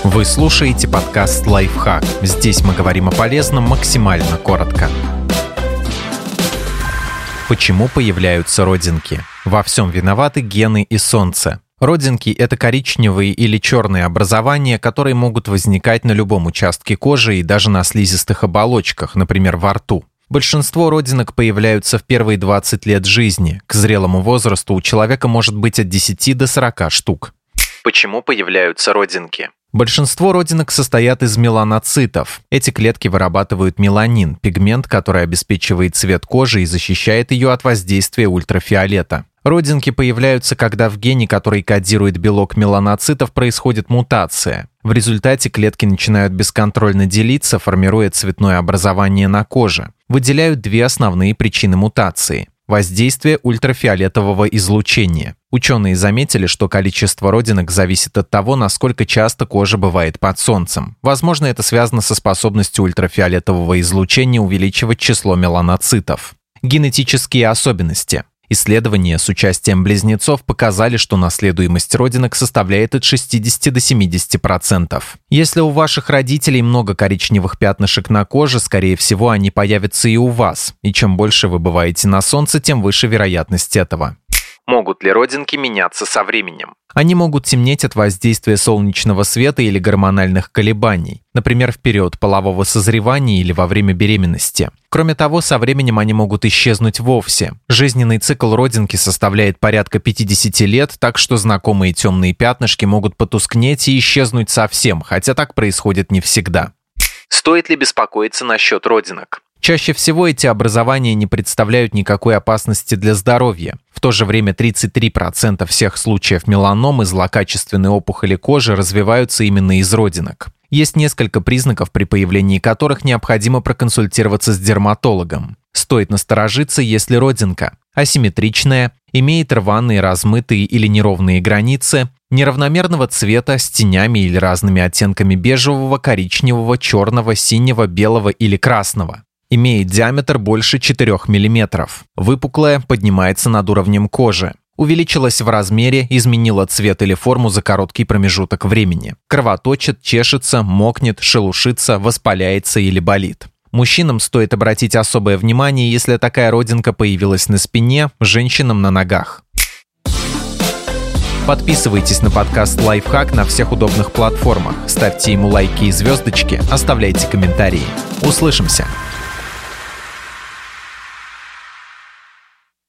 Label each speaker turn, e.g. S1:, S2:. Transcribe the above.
S1: Вы слушаете подкаст «Лайфхак». Здесь мы говорим о полезном максимально коротко. Почему появляются родинки? Во всем виноваты гены и солнце. Родинки – это коричневые или черные образования, которые могут возникать на любом участке кожи и даже на слизистых оболочках, например, во рту. Большинство родинок появляются в первые 20 лет жизни. К зрелому возрасту у человека может быть от 10 до 40 штук. Почему появляются родинки? Большинство родинок состоят из меланоцитов. Эти клетки вырабатывают меланин, пигмент, который обеспечивает цвет кожи и защищает ее от воздействия ультрафиолета. Родинки появляются, когда в гене, который кодирует белок меланоцитов, происходит мутация. В результате клетки начинают бесконтрольно делиться, формируя цветное образование на коже. Выделяют две основные причины мутации – воздействие ультрафиолетового излучения. Ученые заметили, что количество родинок зависит от того, насколько часто кожа бывает под солнцем. Возможно, это связано со способностью ультрафиолетового излучения увеличивать число меланоцитов. Генетические особенности. Исследования с участием близнецов показали, что наследуемость родинок составляет от 60 до 70%. Если у ваших родителей много коричневых пятнышек на коже, скорее всего, они появятся и у вас. И чем больше вы бываете на солнце, тем выше вероятность этого. Могут ли родинки меняться со временем? Они могут темнеть от воздействия солнечного света или гормональных колебаний, например, в период полового созревания или во время беременности. Кроме того, со временем они могут исчезнуть вовсе. Жизненный цикл родинки составляет порядка 50 лет, так что знакомые темные пятнышки могут потускнеть и исчезнуть совсем, хотя так происходит не всегда. Стоит ли беспокоиться насчет родинок? Чаще всего эти образования не представляют никакой опасности для здоровья. В то же время 33% всех случаев меланомы, злокачественной опухоли кожи, развиваются именно из родинок. Есть несколько признаков, при появлении которых необходимо проконсультироваться с дерматологом. Стоит насторожиться, если родинка асимметричная, имеет рваные, размытые или неровные границы, неравномерного цвета с тенями или разными оттенками бежевого, коричневого, черного, синего, белого или красного. Имеет диаметр больше 4 мм. Выпуклая, поднимается над уровнем кожи. Увеличилась в размере, изменила цвет или форму за короткий промежуток времени. Кровоточит, чешется, мокнет, шелушится, воспаляется или болит. Мужчинам стоит обратить особое внимание, если такая родинка появилась на спине, женщинам на ногах. Подписывайтесь на подкаст «Лайфхак» на всех удобных платформах. Ставьте ему лайки и звездочки, оставляйте комментарии. Услышимся!